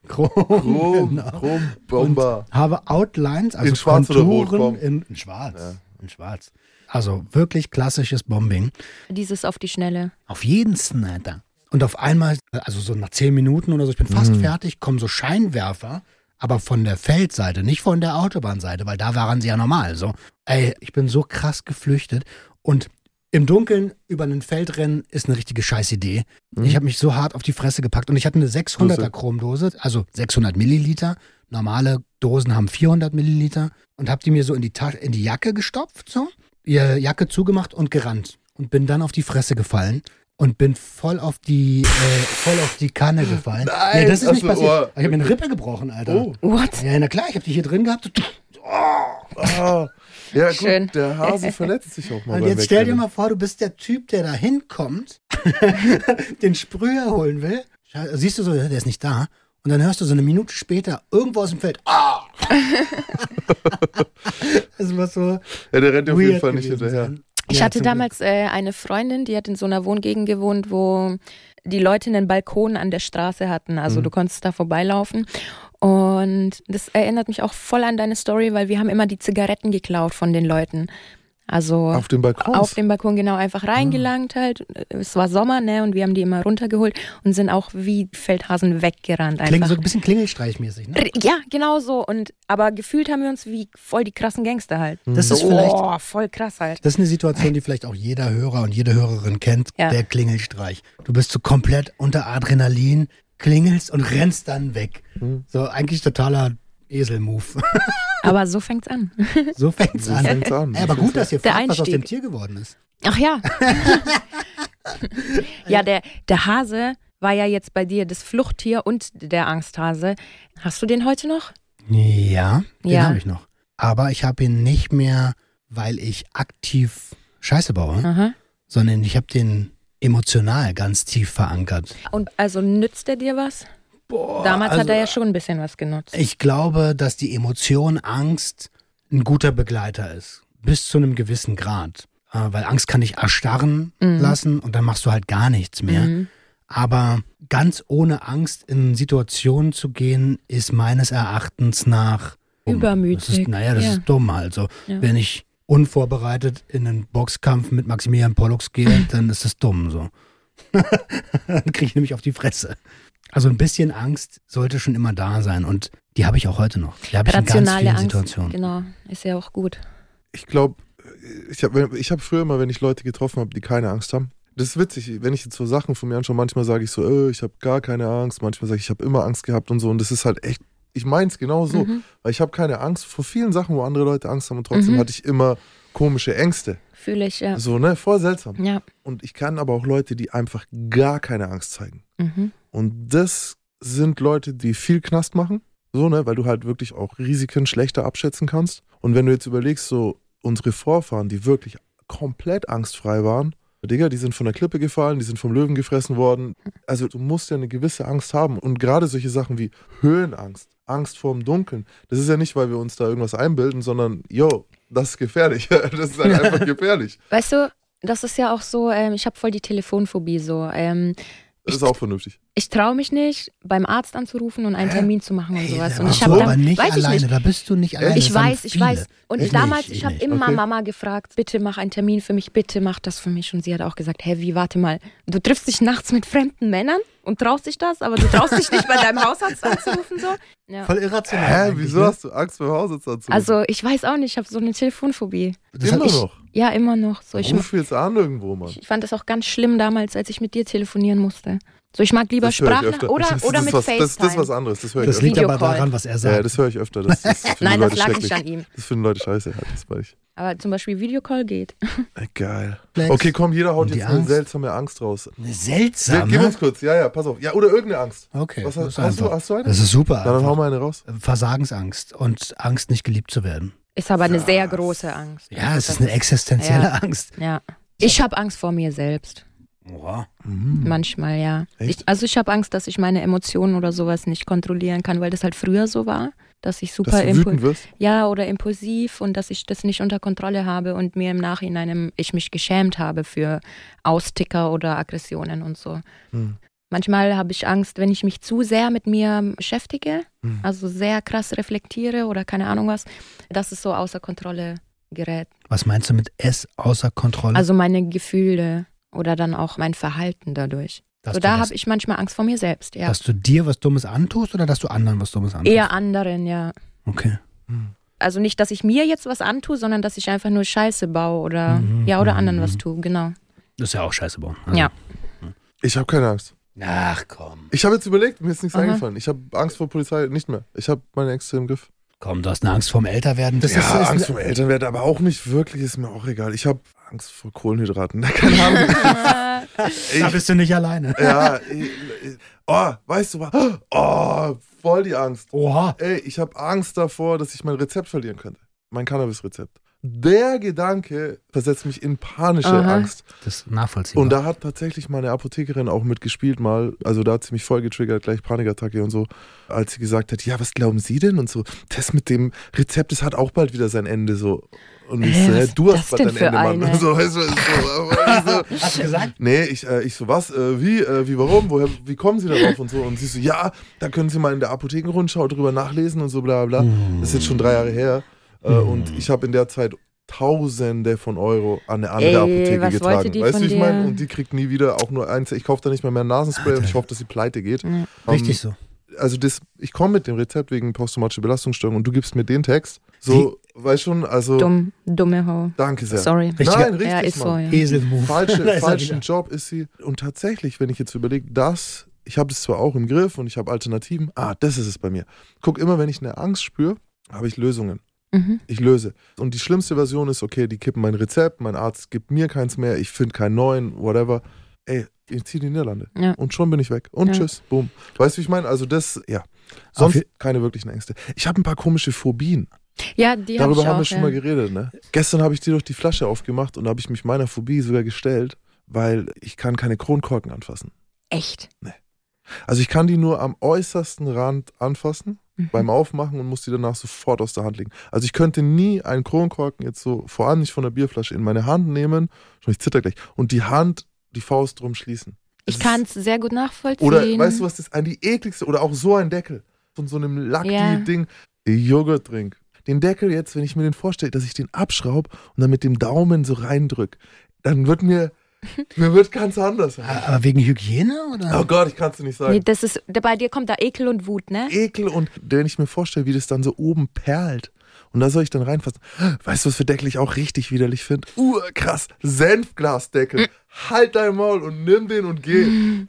Chrombomber. Und habe Outlines, also in Schwarz oder Rot, Konturen in Schwarz. Ja. In Schwarz. Also wirklich klassisches Bombing. Dieses auf die Schnelle. Auf jeden Sniper. Und auf einmal, also so nach 10 Minuten oder so, ich bin fast fertig, kommen so Scheinwerfer, aber von der Feldseite, nicht von der Autobahnseite, weil da waren sie ja normal. So, ey, ich bin so krass geflüchtet und im Dunkeln über ein Feld rennen ist eine richtige Scheißidee. Ich habe mich so hart auf die Fresse gepackt und ich hatte eine 600er Chromdose, also 600 Milliliter. Normale Dosen haben 400 Milliliter und habe die mir so in die Jacke gestopft, so, ihre Jacke zugemacht und gerannt und bin dann auf die Fresse gefallen. Und bin voll auf die Kanne gefallen. Nein, nee, das ist nicht also, passiert. Ich habe mir eine Rippe gebrochen, Alter. Oh. What? Ja, na klar, ich habe die hier drin gehabt. Ja, gut, Schön. der Hase verletzt sich auch mal. Und beim jetzt stell dir Wegrennen. mal vor, du bist der Typ, der da hinkommt, den Sprüher holen will. Siehst du so, der ist nicht da. Und dann hörst du so eine Minute später irgendwo aus dem Feld. Das war so. Ja, der rennt auf jeden Fall nicht gewesen hinterher. sein. Ich Ja, hatte zum damals eine Freundin, die hat in so einer Wohngegend gewohnt, wo die Leute einen Balkon an der Straße hatten. Also du konntest da vorbeilaufen. Und das erinnert mich auch voll an deine Story, weil wir haben immer die Zigaretten geklaut von den Leuten. Also Auf dem Balkon? Auf dem Balkon, genau, einfach reingelangt halt. Es war Sommer, ne, und wir haben die immer runtergeholt und sind auch wie Feldhasen weggerannt einfach. Klingt so ein bisschen Klingelstreichmäßig, ne? Ja, genau so. Aber gefühlt haben wir uns wie voll die krassen Gangster halt. Das ist vielleicht. Voll krass halt. Das ist eine Situation, die vielleicht auch jeder Hörer und jede Hörerin kennt, Ja. der Klingelstreich. Du bist so komplett unter Adrenalin, klingelst und rennst dann weg. So eigentlich totaler Esel-Move. Aber so fängt's an. So fängt's So an. fängt's an. Ja, aber gut, dass ihr Der fragt, was aus Einstieg. dem Tier geworden ist. Ach ja. Ja, der Hase war ja jetzt bei dir das Fluchttier und der Angsthase. Hast du den heute noch? Ja, den Ja. habe ich noch. Aber ich habe ihn nicht mehr, weil ich aktiv Scheiße baue, Aha. sondern ich habe den emotional ganz tief verankert. Und also nützt er dir was? Boah, Damals hat also, er ja schon ein bisschen was genutzt. Ich glaube, dass die Emotion Angst ein guter Begleiter ist. Bis zu einem gewissen Grad. Weil Angst kann dich erstarren lassen und dann machst du halt gar nichts mehr. Aber ganz ohne Angst in Situationen zu gehen, ist meines Erachtens nach dumm. Übermütig. Das Ja. ist dumm. Also, Ja. wenn ich unvorbereitet in einen Boxkampf mit Maximilian Pollux gehe, dann ist das dumm so. Dann kriege ich nämlich auf die Fresse. Also ein bisschen Angst sollte schon immer da sein und die habe ich auch heute noch. Die habe ich in ganz Rationale vielen Angst, Situationen. genau, ist ja auch gut. Ich glaube, ich hab früher immer, wenn ich Leute getroffen habe, die keine Angst haben, das ist witzig, wenn ich jetzt so Sachen von mir anschaue, manchmal sage ich so, ich habe gar keine Angst, manchmal sage ich habe immer Angst gehabt und so und das ist halt echt, ich meine es genau so, weil ich habe keine Angst vor vielen Sachen, wo andere Leute Angst haben und trotzdem hatte ich immer komische Ängste. Fühle ich, ja. So, ne, voll seltsam. Ja. Und ich kann aber auch Leute, die einfach gar keine Angst zeigen. Und das sind Leute, die viel Knast machen, so, ne, weil du halt wirklich auch Risiken schlechter abschätzen kannst. Und wenn du jetzt überlegst, so unsere Vorfahren, die wirklich komplett angstfrei waren, Digga, die sind von der Klippe gefallen, die sind vom Löwen gefressen worden. Also du musst ja eine gewisse Angst haben. Und gerade solche Sachen wie Höhenangst, Angst vorm Dunkeln, das ist ja nicht, weil wir uns da irgendwas einbilden, sondern, das ist gefährlich. Das ist halt einfach gefährlich. Weißt du, das ist ja auch so, ich habe voll die Telefonphobie so. Das ist auch vernünftig. Ich traue mich nicht, beim Arzt anzurufen und einen Termin zu machen und sowas. Und Ach ich so, habe aber nicht weiß ich alleine, nicht. da bist du nicht alleine. Ich das haben weiß, ich viele. weiß. Und Ich damals, nicht, ich habe nicht. immer Okay. Mama gefragt, bitte mach einen Termin für mich, bitte mach das für mich. Und sie hat auch gesagt, wie, warte mal, du triffst dich nachts mit fremden Männern und traust dich das, aber du traust dich nicht bei deinem Hausarzt anzurufen so? Ja. Voll irrational. eigentlich, Wieso ne? hast du Angst beim Hausarzt anzurufen? Also ich weiß auch nicht, ich habe so eine Telefonphobie. Das hat immer noch. Ja, immer noch. So, Ruf jetzt an irgendwo, Mann. ich fand das auch ganz schlimm damals, als ich mit dir telefonieren musste. So, ich mag lieber Das höre ich Sprachen öfter. oder mit FaceTime. Das ist was anderes. Das höre ich Das öfter. liegt aber Videocall. daran, was er sagt. Ja, das höre ich öfter. Das finden Nein, Leute das lag schrecklich. nicht an ihm. Das finden Leute scheiße. Halt. Das weiß ich. Aber zum Beispiel Videocall geht. Geil. Flex. Okay, komm, jeder haut Und die jetzt eine Angst? seltsame Angst raus. Eine seltsame? Gib uns kurz. Ja, pass auf. Ja, oder irgendeine Angst. Okay. Was das hast, ist hast, du, einfach. hast du eine? Das ist super. Dann hau einfach. mal eine raus. Versagensangst und Angst, nicht geliebt zu werden. Ist aber eine sehr große Angst. Ja, es ist eine existenzielle Angst. Ja. Ich habe Angst vor mir selbst. Boah. Manchmal, ja. Echt? Ich habe Angst, dass ich meine Emotionen oder sowas nicht kontrollieren kann, weil das halt früher so war, dass ich super Dass du wütend wirst? oder impulsiv und dass ich das nicht unter Kontrolle habe und mir im Nachhinein ich mich geschämt habe für Austicker oder Aggressionen und so. Manchmal habe ich Angst, wenn ich mich zu sehr mit mir beschäftige, also sehr krass reflektiere oder keine Ahnung was, dass es so außer Kontrolle gerät. Was meinst du mit S außer Kontrolle? Also meine Gefühle oder dann auch mein Verhalten dadurch. Dass So, du da das- habe ich manchmal Angst vor mir selbst, ja. Dass du dir was Dummes antust oder dass du anderen was Dummes antust? Eher anderen, ja. Okay. Also nicht, dass ich mir jetzt was antue, sondern dass ich einfach nur Scheiße baue oder oder anderen was tue, genau. Das ist ja auch scheiße bauen. Ja. Ich habe keine Angst. Ach komm. Ich habe jetzt überlegt, mir ist nichts Aha. eingefallen. Ich habe Angst vor Polizei nicht mehr. Ich habe meine Ängste im Griff. Komm, du hast eine Angst vorm Älterwerden. Das Ja, ist Angst vor Elternwerden, aber auch nicht wirklich, ist mir auch egal. Ich habe Angst vor Kohlenhydraten. Keine Ahnung. Da bist du nicht alleine. Ja, weißt du was? Oh, voll die Angst. Oha. Ey, ich habe Angst davor, dass ich mein Rezept verlieren könnte. Mein Cannabis-Rezept. Der Gedanke versetzt mich in panische Angst. Das ist nachvollziehbar. Und da hat tatsächlich meine Apothekerin auch mitgespielt mal, also da hat sie mich voll getriggert, gleich Panikattacke und so, als sie gesagt hat, ja, was glauben Sie denn? Und so, das mit dem Rezept, das hat auch bald wieder sein Ende, so. Und ich so, was du ist hast das bald denn dein für Ende, Mann. eine? So, weißt du, so, Hast du gesagt? nee, ich so, was, wie, warum, wie kommen Sie darauf und so? Und sie so, ja, da können Sie mal in der Apothekenrundschau drüber nachlesen und so, bla, bla. Das ist jetzt schon 3 Jahre her. Und ich habe in der Zeit Tausende von Euro an eine andere Apotheke was wollte getragen. die Weißt du, von wie ich meine? dir? Und die kriegt nie wieder auch nur eins. Ich kaufe da nicht mehr ein Nasenspray und ich hoffe, dass sie pleite geht. Richtig so. Also ich komme mit dem Rezept wegen posttraumatische Belastungsstörung und du gibst mir den Text. So, weißt schon, also Dumme Ho. danke sehr. Sorry. Nein, richtig, Ja, ist so, Mann. ja. Eselmove. Falschen Job ist sie. Und tatsächlich, wenn ich jetzt überlege, ich habe das zwar auch im Griff und ich habe Alternativen, das ist es bei mir. Guck, immer wenn ich eine Angst spüre, habe ich Lösungen. Ich löse. Und die schlimmste Version ist, okay, die kippen mein Rezept, mein Arzt gibt mir keins mehr, ich finde keinen neuen, whatever. Ey, ich ziehe die Niederlande. Ja. Und schon bin ich weg. Und tschüss, boom. Weißt du, wie ich meine? Also das, ja. Sonst keine wirklichen Ängste. Ich habe ein paar komische Phobien. Ja, die habe ich Darüber auch. haben wir schon mal geredet, ne? Gestern habe ich dir doch die Flasche aufgemacht und habe ich mich meiner Phobie sogar gestellt, weil ich kann keine Kronkorken anfassen. Echt? Also ich kann die nur am äußersten Rand anfassen, beim Aufmachen und muss die danach sofort aus der Hand legen. Also ich könnte nie einen Kronkorken jetzt so, vor allem nicht von der Bierflasche, in meine Hand nehmen, schon ich zitter gleich, und die Faust drum schließen. Ich kann es sehr gut nachvollziehen. Oder weißt du, was das die ekligste, oder auch so ein Deckel von so einem Lucky-Ding, Joghurtdrink. Den Deckel jetzt, wenn ich mir den vorstelle, dass ich den abschraube und dann mit dem Daumen so reindrück, dann wird mir wird ganz anders. Aber wegen Hygiene, oder? Oh Gott, ich kann es dir nicht sagen. Nee, das ist, bei dir kommt da Ekel und Wut, ne? Ekel, und wenn ich mir vorstelle, wie das dann so oben perlt und da soll ich dann reinfassen. Weißt du, was für Deckel ich auch richtig widerlich finde? Krass, Senfglasdeckel. Halt dein Maul und nimm den und geh.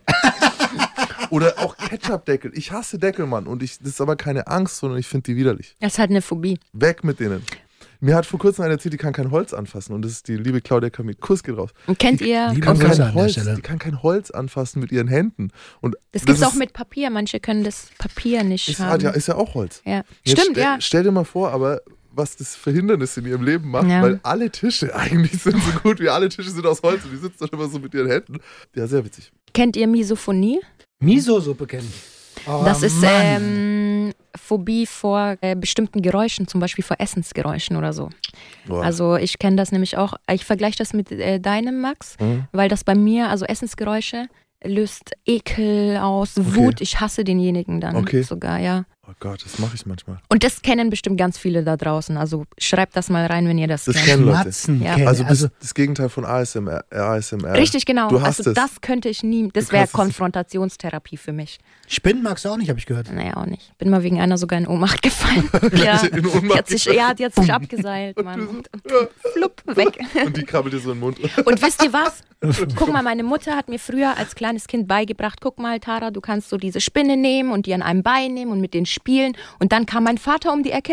Oder auch Ketchupdeckel. Ich hasse Deckel, Mann. Und das ist aber keine Angst, sondern ich finde die widerlich. Das ist halt eine Phobie. Weg mit denen. Mir hat vor kurzem einer erzählt, die kann kein Holz anfassen. Und das ist die liebe Claudia Kamit. Kuss geht raus. Und kennt ihr? Liebe Die kann, Grüße kein an der Holz, Stelle. die kann kein Holz anfassen mit ihren Händen. Und Das gibt es auch ist- mit Papier. Manche können das Papier nicht ist, haben. ist ja auch Holz. Ja. Jetzt Stimmt, ja. Stell dir mal vor, aber was das für Hindernis in ihrem Leben macht, Ja. weil alle Tische eigentlich sind so gut wie alle Tische sind aus Holz und die sitzen dann immer so mit ihren Händen. Ja, sehr witzig. Kennt ihr Misophonie? Miso-Suppe kennen. Oh, Das ist Mann. Phobie vor bestimmten Geräuschen, zum Beispiel vor Essensgeräuschen oder so. Boah. Also ich kenne das nämlich auch. Ich vergleiche das mit deinem, Max, weil das bei mir, also Essensgeräusche, löst Ekel aus, Wut. Ich hasse denjenigen dann sogar, ja. Oh Gott, das mache ich manchmal. Und das kennen bestimmt ganz viele da draußen. Also schreibt das mal rein, wenn ihr das Das kennt. kennen Leute. Schmatzen Ja. kennen. Also das Gegenteil von ASMR. Richtig, genau. Du hast Also es. das könnte ich nie, das Du wäre kannst es nicht. Konfrontationstherapie für mich. Spinnen magst du auch nicht, habe ich gehört. Naja, auch nicht. Bin mal wegen einer sogar in Ohnmacht gefallen. Ja. In Ohnmacht Die hat sich abgeseilt, Mann. Und flupp, weg. Und die krabbelt dir so in den Mund. Und wisst ihr was? Guck mal, meine Mutter hat mir früher als kleines Kind beigebracht, guck mal, Tara, du kannst so diese Spinne nehmen und die an einem Bein nehmen und mit denen spielen. Und dann kam mein Vater um die Ecke,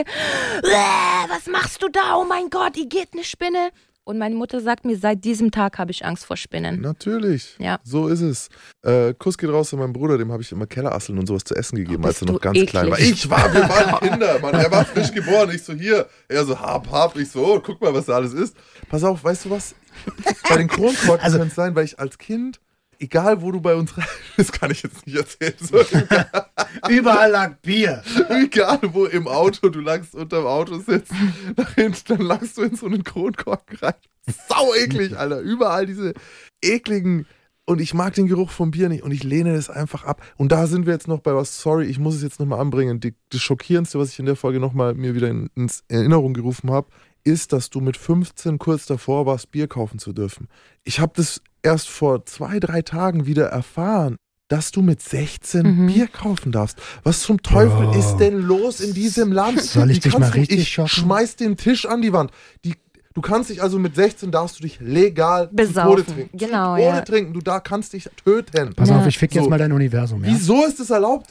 was machst du da? Oh mein Gott, hier geht eine Spinne. Und meine Mutter sagt mir, seit diesem Tag habe ich Angst vor Spinnen. Natürlich, ja. So ist es. Kuss geht raus an meinen Bruder, dem habe ich immer Kellerasseln und sowas zu essen gegeben, als er noch ganz eklig. klein war. Wir waren Kinder, Mann. Er war frisch geboren. Ich so, hier. Er so, hab. Ich so, oh, guck mal, was da alles ist. Pass auf, weißt du was? Bei den Kronkorken kann es sein, weil ich als Kind, egal wo du bei uns rein, das kann ich jetzt nicht erzählen. So, Überall lag Bier. Egal wo im Auto, du lagst unterm Autositz, nach hinten, dann lagst du in so einen Kronkorken rein. Sau eklig, Alter. Überall diese ekligen, und ich mag den Geruch vom Bier nicht und ich lehne es einfach ab. Und da sind wir jetzt noch bei was, sorry, ich muss es jetzt nochmal anbringen. Das Schockierendste, was ich in der Folge nochmal mir wieder in Erinnerung gerufen habe, ist, dass du mit 15 kurz davor warst, Bier kaufen zu dürfen. Ich habe das erst vor 2-3 Tagen wieder erfahren, dass du mit 16 Bier kaufen darfst. Was zum Teufel ist denn los in diesem Land? Soll ich dich mal richtig schocken? Ich schmeiß den Tisch an die Wand. Du kannst dich also mit 16 darfst du dich legal besaufen. zu Tode trinken. Genau, zu Tode trinken. Du kannst dich töten. Pass auf, ich fick jetzt mal dein Universum. Ja? Wieso ist das erlaubt?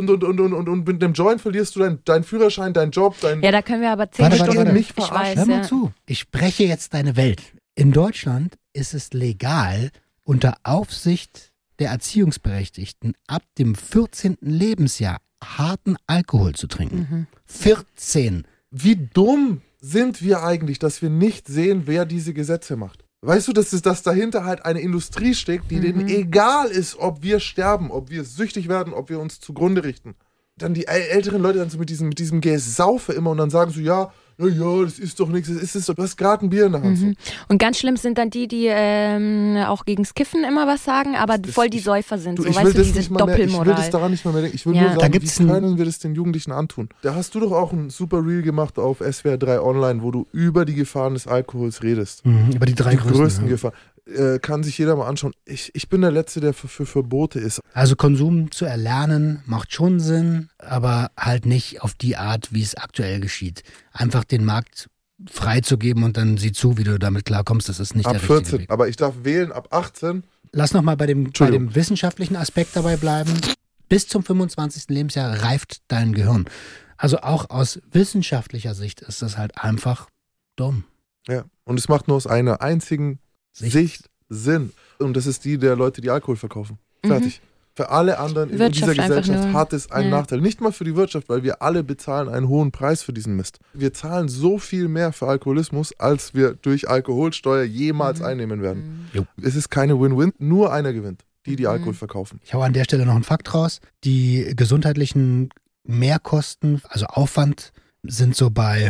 Und mit dem Joint verlierst du deinen Führerschein, deinen Job, Ja, da können wir aber 10 Stunden mich ich verarschen. weiß, Hör mal zu. Ich spreche jetzt deine Welt. In Deutschland ist es legal, unter Aufsicht der Erziehungsberechtigten ab dem 14. Lebensjahr harten Alkohol zu trinken. 14. Wie dumm sind wir eigentlich, dass wir nicht sehen, wer diese Gesetze macht? Weißt du, dass dahinter halt eine Industrie steckt, die denen egal ist, ob wir sterben, ob wir süchtig werden, ob wir uns zugrunde richten. Dann die älteren Leute dann so mit diesem Gesaufe immer und dann sagen so, ja, das ist doch nichts, das ist doch, du hast gerade ein Bier in der Hand. So. Und ganz schlimm sind dann die auch gegens Kiffen immer was sagen, aber voll die Säufer sind. So, weißt du, diese Doppelmoral. Ich will das daran nicht mal mehr denken. Ich will nur sagen, wie können wir das den Jugendlichen antun? Da hast du doch auch ein super Reel gemacht auf SWR 3 Online, wo du über die Gefahren des Alkohols redest. Über die drei größten Gefahren. Kann sich jeder mal anschauen. Ich bin der Letzte, der für Verbote ist. Also Konsum zu erlernen macht schon Sinn, aber halt nicht auf die Art, wie es aktuell geschieht. Einfach den Markt freizugeben und dann sieh zu, wie du damit klarkommst, das ist nicht der richtige Weg. Ab 14, aber ich darf wählen ab 18. Lass nochmal bei dem wissenschaftlichen Aspekt dabei bleiben. Bis zum 25. Lebensjahr reift dein Gehirn. Also auch aus wissenschaftlicher Sicht ist das halt einfach dumm. Ja, und es macht nur aus einer einzigen Sicht Sinn. Und das ist die der Leute, die Alkohol verkaufen. Fertig. Für alle anderen in dieser Gesellschaft hat es einen Nachteil. Nicht mal für die Wirtschaft, weil wir alle bezahlen einen hohen Preis für diesen Mist. Wir zahlen so viel mehr für Alkoholismus, als wir durch Alkoholsteuer jemals einnehmen werden. Es ist keine Win-Win, nur einer gewinnt. Die Alkohol verkaufen. Ich hau an der Stelle noch einen Fakt raus. Die gesundheitlichen Mehrkosten, also Aufwand, sind so bei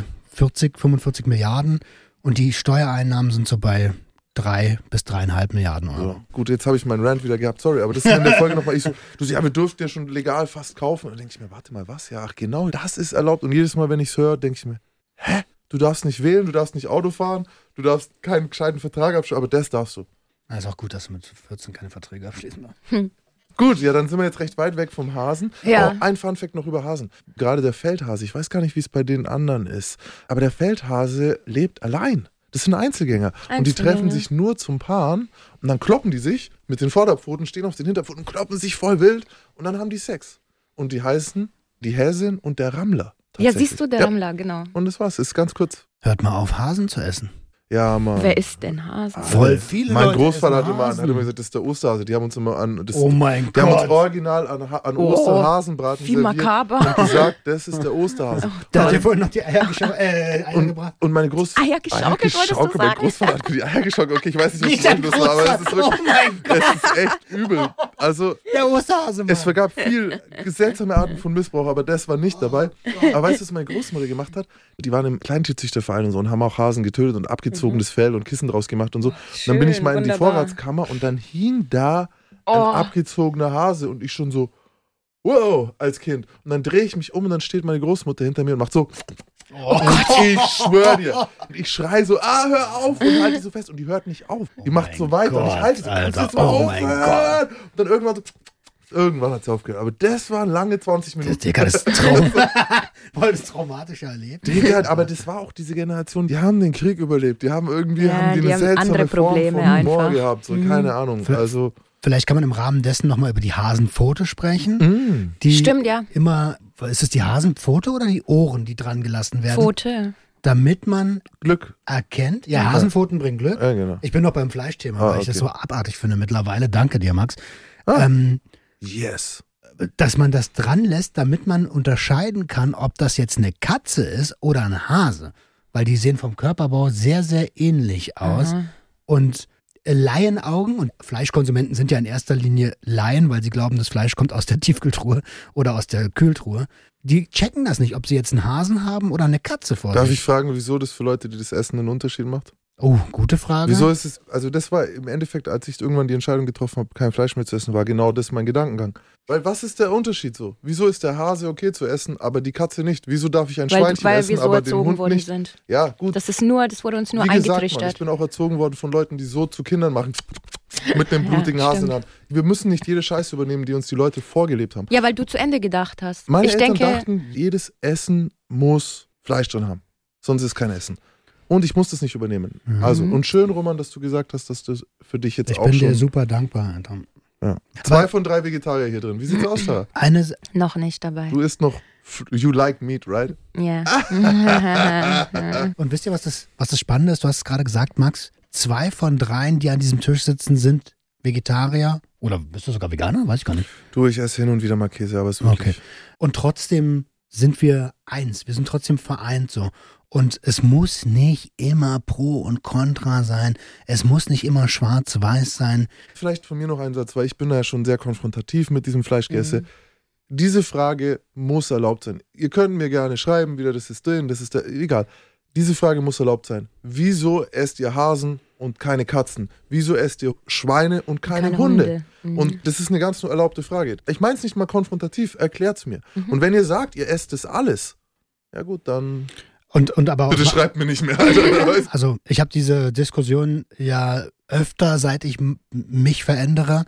45 Milliarden und die Steuereinnahmen sind so bei 3 bis 3,5 Milliarden Euro. Ja. Gut, jetzt habe ich meinen Rant wieder gehabt, sorry, aber das ist in der Folge nochmal, wir dürften ja schon legal fast kaufen. Und dann denke ich mir, warte mal, was? Ja, ach genau, das ist erlaubt. Und jedes Mal, wenn ich es höre, denke ich mir, hä? Du darfst nicht wählen, du darfst nicht Auto fahren, du darfst keinen gescheiten Vertrag abschließen, aber das darfst du. Na, ist auch gut, dass du mit 14 keine Verträge abschließen darfst. Gut, ja, dann sind wir jetzt recht weit weg vom Hasen. Ja. Oh, ein Funfact noch über Hasen. Gerade der Feldhase, ich weiß gar nicht, wie es bei den anderen ist, aber der Feldhase lebt allein. Das sind Einzelgänger. Und die treffen sich nur zum Paaren und dann kloppen die sich mit den Vorderpfoten, stehen auf den Hinterpfoten, kloppen sich voll wild und dann haben die Sex. Und die heißen die Häsin und der Rammler. Ja, siehst du, der Rammler, genau. Und das war's, ist ganz kurz. Hört mal auf, Hasen zu essen. Ja, Mann. Wer isst denn Hasen? Voll viele Mein Leute Großvater hat essen immer gesagt, das ist der Osterhase. Die haben uns immer oh mein die haben uns Gott. original an Osterhasenbraten wie serviert makaber. und gesagt, das ist der Osterhase. Da hat er vorhin noch die Eier gebracht. Und meine Großvater... Eiergeschaukelt, wolltest du Mein sagen? Großvater hat die Eier geschaukelt. Okay, ich weiß nicht, Nicht was das war, aber es ist wirklich... Oh mein Gott. Es ist echt übel. Also... Der Osterhase, Mann. Es gab viel seltsame Arten von Missbrauch, aber das war nicht dabei. Aber weißt du, was meine Großmutter gemacht hat? Die waren im Kleintierzüchterverein und so und haben auch Hasen getötet und abgezogenes Fell und Kissen draus gemacht und so. Schön, dann bin ich mal in die wunderbar. Vorratskammer und dann hing da ein abgezogener Hase und ich schon so, wow, als Kind. Und dann drehe ich mich um und dann steht meine Großmutter hinter mir und macht so. Und ich schwör dir. Und ich schreie so, hör auf und halte die so fest und die hört nicht auf. Die macht so weiter und ich halte sie. Alter, jetzt mal aufhören. Und dann irgendwann so, Irgendwann hat sie aufgehört. Aber das waren lange 20 Minuten. Digga, das traumatischer erlebt. Digga, aber das war auch diese Generation, die haben den Krieg überlebt. Die haben irgendwie Ja, haben die die eine haben seltsame andere Probleme Form von Humor einfach. gehabt. So, keine Ahnung. Also, Vielleicht kann man im Rahmen dessen nochmal über die Hasenpfote sprechen. Die Stimmt, ja. Immer, ist es die Hasenpfote oder die Ohren, die dran gelassen werden? Pfote. Damit man Glück. erkennt, ja, Hasenpfoten bringen Glück. Ja, genau. Ich bin noch beim Fleischthema, weil ich das okay. so abartig finde mittlerweile. Danke dir, Max. Yes. Dass man das dran lässt, damit man unterscheiden kann, ob das jetzt eine Katze ist oder ein Hase. Weil die sehen vom Körperbau sehr, sehr ähnlich aus. Und Laienaugen, und Fleischkonsumenten sind ja in erster Linie Laien, weil sie glauben, das Fleisch kommt aus der Tiefkühltruhe oder aus der Kühltruhe. Die checken das nicht, ob sie jetzt einen Hasen haben oder eine Katze vor Darf sich. ich fragen, wieso das für Leute, die das essen, einen Unterschied macht? Oh, gute Frage. Wieso ist es, also das war im Endeffekt, als ich irgendwann die Entscheidung getroffen habe, kein Fleisch mehr zu essen, war genau das mein Gedankengang. Weil was ist der Unterschied so? Wieso ist der Hase okay zu essen, aber die Katze nicht? Wieso darf ich ein Schweinchen Weil essen, wir so aber den erzogen Hund worden nicht? sind. Ja, gut. Das wurde uns nur Wie gesagt, eingetrichtert. Mann, ich bin auch erzogen worden von Leuten, die so zu Kindern machen, mit einem blutigen Hasen in der Hand. Wir müssen nicht jede Scheiße übernehmen, die uns die Leute vorgelebt haben. Ja, weil du zu Ende gedacht hast. Meine ich Eltern denke, dachten, jedes Essen muss Fleisch drin haben. Sonst ist kein Essen. Und ich muss das nicht übernehmen. Also, und schön, Roman, dass du gesagt hast, dass das für dich jetzt Ich auch bin schon... dir super dankbar, Alter. Ja. 2 von 3 Vegetarier hier drin. Wie sieht's aus, Sarah? noch nicht dabei. Du isst noch... You like meat, right? Ja. Und wisst ihr, was das Spannende ist? Du hast es gerade gesagt, Max. 2 von 3, die an diesem Tisch sitzen, sind Vegetarier. Oder bist du sogar Veganer? Weiß ich gar nicht. Du, ich esse hin und wieder mal Käse, aber es ist wirklich... Okay. Und trotzdem sind wir eins. Wir sind trotzdem vereint so. Und es muss nicht immer Pro und Contra sein. Es muss nicht immer schwarz-weiß sein. Vielleicht von mir noch ein Satz, weil ich bin da ja schon sehr konfrontativ mit diesem Fleischgesse. Diese Frage muss erlaubt sein. Ihr könnt mir gerne schreiben, wieder das ist drin, das ist egal. Diese Frage muss erlaubt sein. Wieso esst ihr Hasen und keine Katzen? Wieso esst ihr Schweine und keine Hunde? Und das ist eine ganz nur erlaubte Frage. Ich meine es nicht mal konfrontativ, erklärt's mir. Und wenn ihr sagt, ihr esst das alles, ja gut, dann Und aber auch bitte schreibt mir nicht mehr. Alter. Also ich habe diese Diskussion ja öfter, seit ich mich verändere.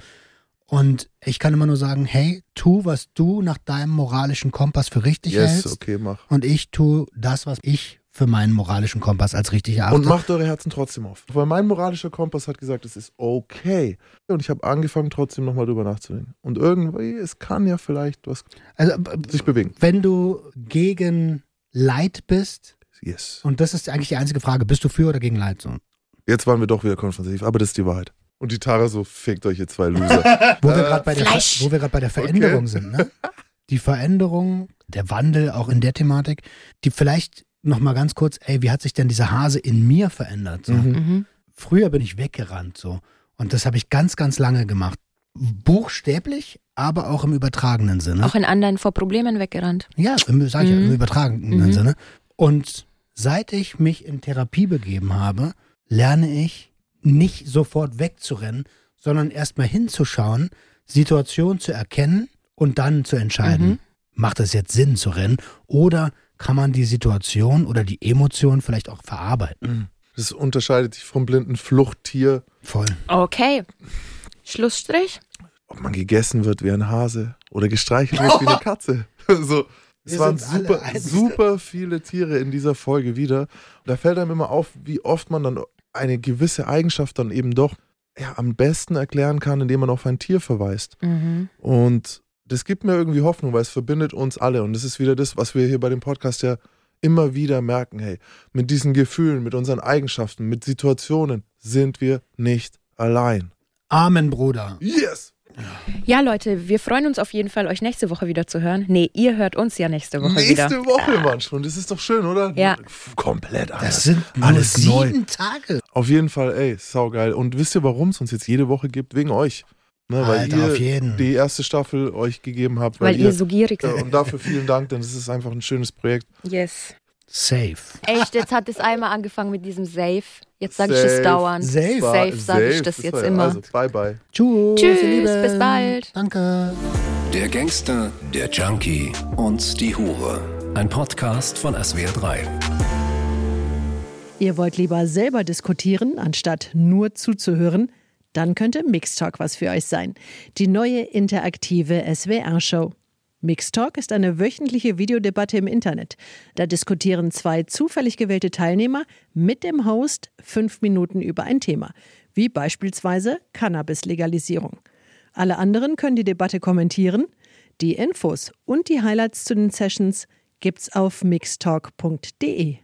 Und ich kann immer nur sagen, hey, tu, was du nach deinem moralischen Kompass für richtig hältst. Okay, mach. Und ich tu das, was ich für meinen moralischen Kompass als richtig erachte. Und macht eure Herzen trotzdem auf. Weil mein moralischer Kompass hat gesagt, es ist okay. Und ich habe angefangen, trotzdem nochmal drüber nachzudenken. Und irgendwie, es kann ja vielleicht was sich bewegen. Wenn du gegen Leid bist, Yes. und das ist eigentlich die einzige Frage, bist du für oder gegen Leid? So. Jetzt waren wir doch wieder konfrontativ, aber das ist die Wahrheit. Und die Tara so, fickt euch ihr 2 Loser. Wo wir gerade bei der Veränderung sind. Ne? Die Veränderung, der Wandel auch in der Thematik, die vielleicht nochmal ganz kurz, wie hat sich denn dieser Hase in mir verändert? So. Früher bin ich weggerannt so und das habe ich ganz, ganz lange gemacht. Buchstäblich, aber auch im übertragenen Sinne. Auch in anderen vor Problemen weggerannt. Ja, im übertragenen Sinne. Und seit ich mich in Therapie begeben habe, lerne ich, nicht sofort wegzurennen, sondern erstmal hinzuschauen, Situationen zu erkennen und dann zu entscheiden, macht es jetzt Sinn zu rennen oder kann man die Situation oder die Emotion vielleicht auch verarbeiten. Das unterscheidet dich vom blinden Fluchttier. Voll. Okay. Schlussstrich? Ob man gegessen wird wie ein Hase oder gestreichelt wird wie eine Katze. So, es waren super viele Tiere in dieser Folge wieder. Und da fällt einem immer auf, wie oft man dann eine gewisse Eigenschaft dann eben doch am besten erklären kann, indem man auf ein Tier verweist. Und das gibt mir irgendwie Hoffnung, weil es verbindet uns alle. Und das ist wieder das, was wir hier bei dem Podcast ja immer wieder merken. Hey, mit diesen Gefühlen, mit unseren Eigenschaften, mit Situationen sind wir nicht allein. Amen, Bruder. Yes! Ja, Leute, wir freuen uns auf jeden Fall, euch nächste Woche wieder zu hören. Nee, ihr hört uns ja nächste Woche wieder. Nächste Woche, Mann, schon. Das ist doch schön, oder? Ja. Komplett alles. Das sind nur alles 7 Tage. Auf jeden Fall, saugeil. Und wisst ihr, warum es uns jetzt jede Woche gibt? Wegen euch. Ne, weil Alter, ihr auf jeden. die erste Staffel euch gegeben habt. Weil ihr so gierig seid. Und dafür vielen Dank, denn es ist einfach ein schönes Projekt. Yes. Safe. Echt, jetzt hat es einmal angefangen mit diesem Safe. Jetzt sage ich Safe. es dauernd. Safe. Safe sage ich das ist jetzt teuer. immer. Also, bye bye. Tschüss, Tschüss, ihr Lieben. bis bald. Danke. Der Gangster, der Junkie und die Hure. Ein Podcast von SWR3. Ihr wollt lieber selber diskutieren, anstatt nur zuzuhören? Dann könnte Mixtalk was für euch sein. Die neue interaktive SWR-Show. Mixtalk ist eine wöchentliche Videodebatte im Internet. Da diskutieren 2 zufällig gewählte Teilnehmer mit dem Host 5 Minuten über ein Thema, wie beispielsweise Cannabis-Legalisierung. Alle anderen können die Debatte kommentieren. Die Infos und die Highlights zu den Sessions gibt's auf mixtalk.de.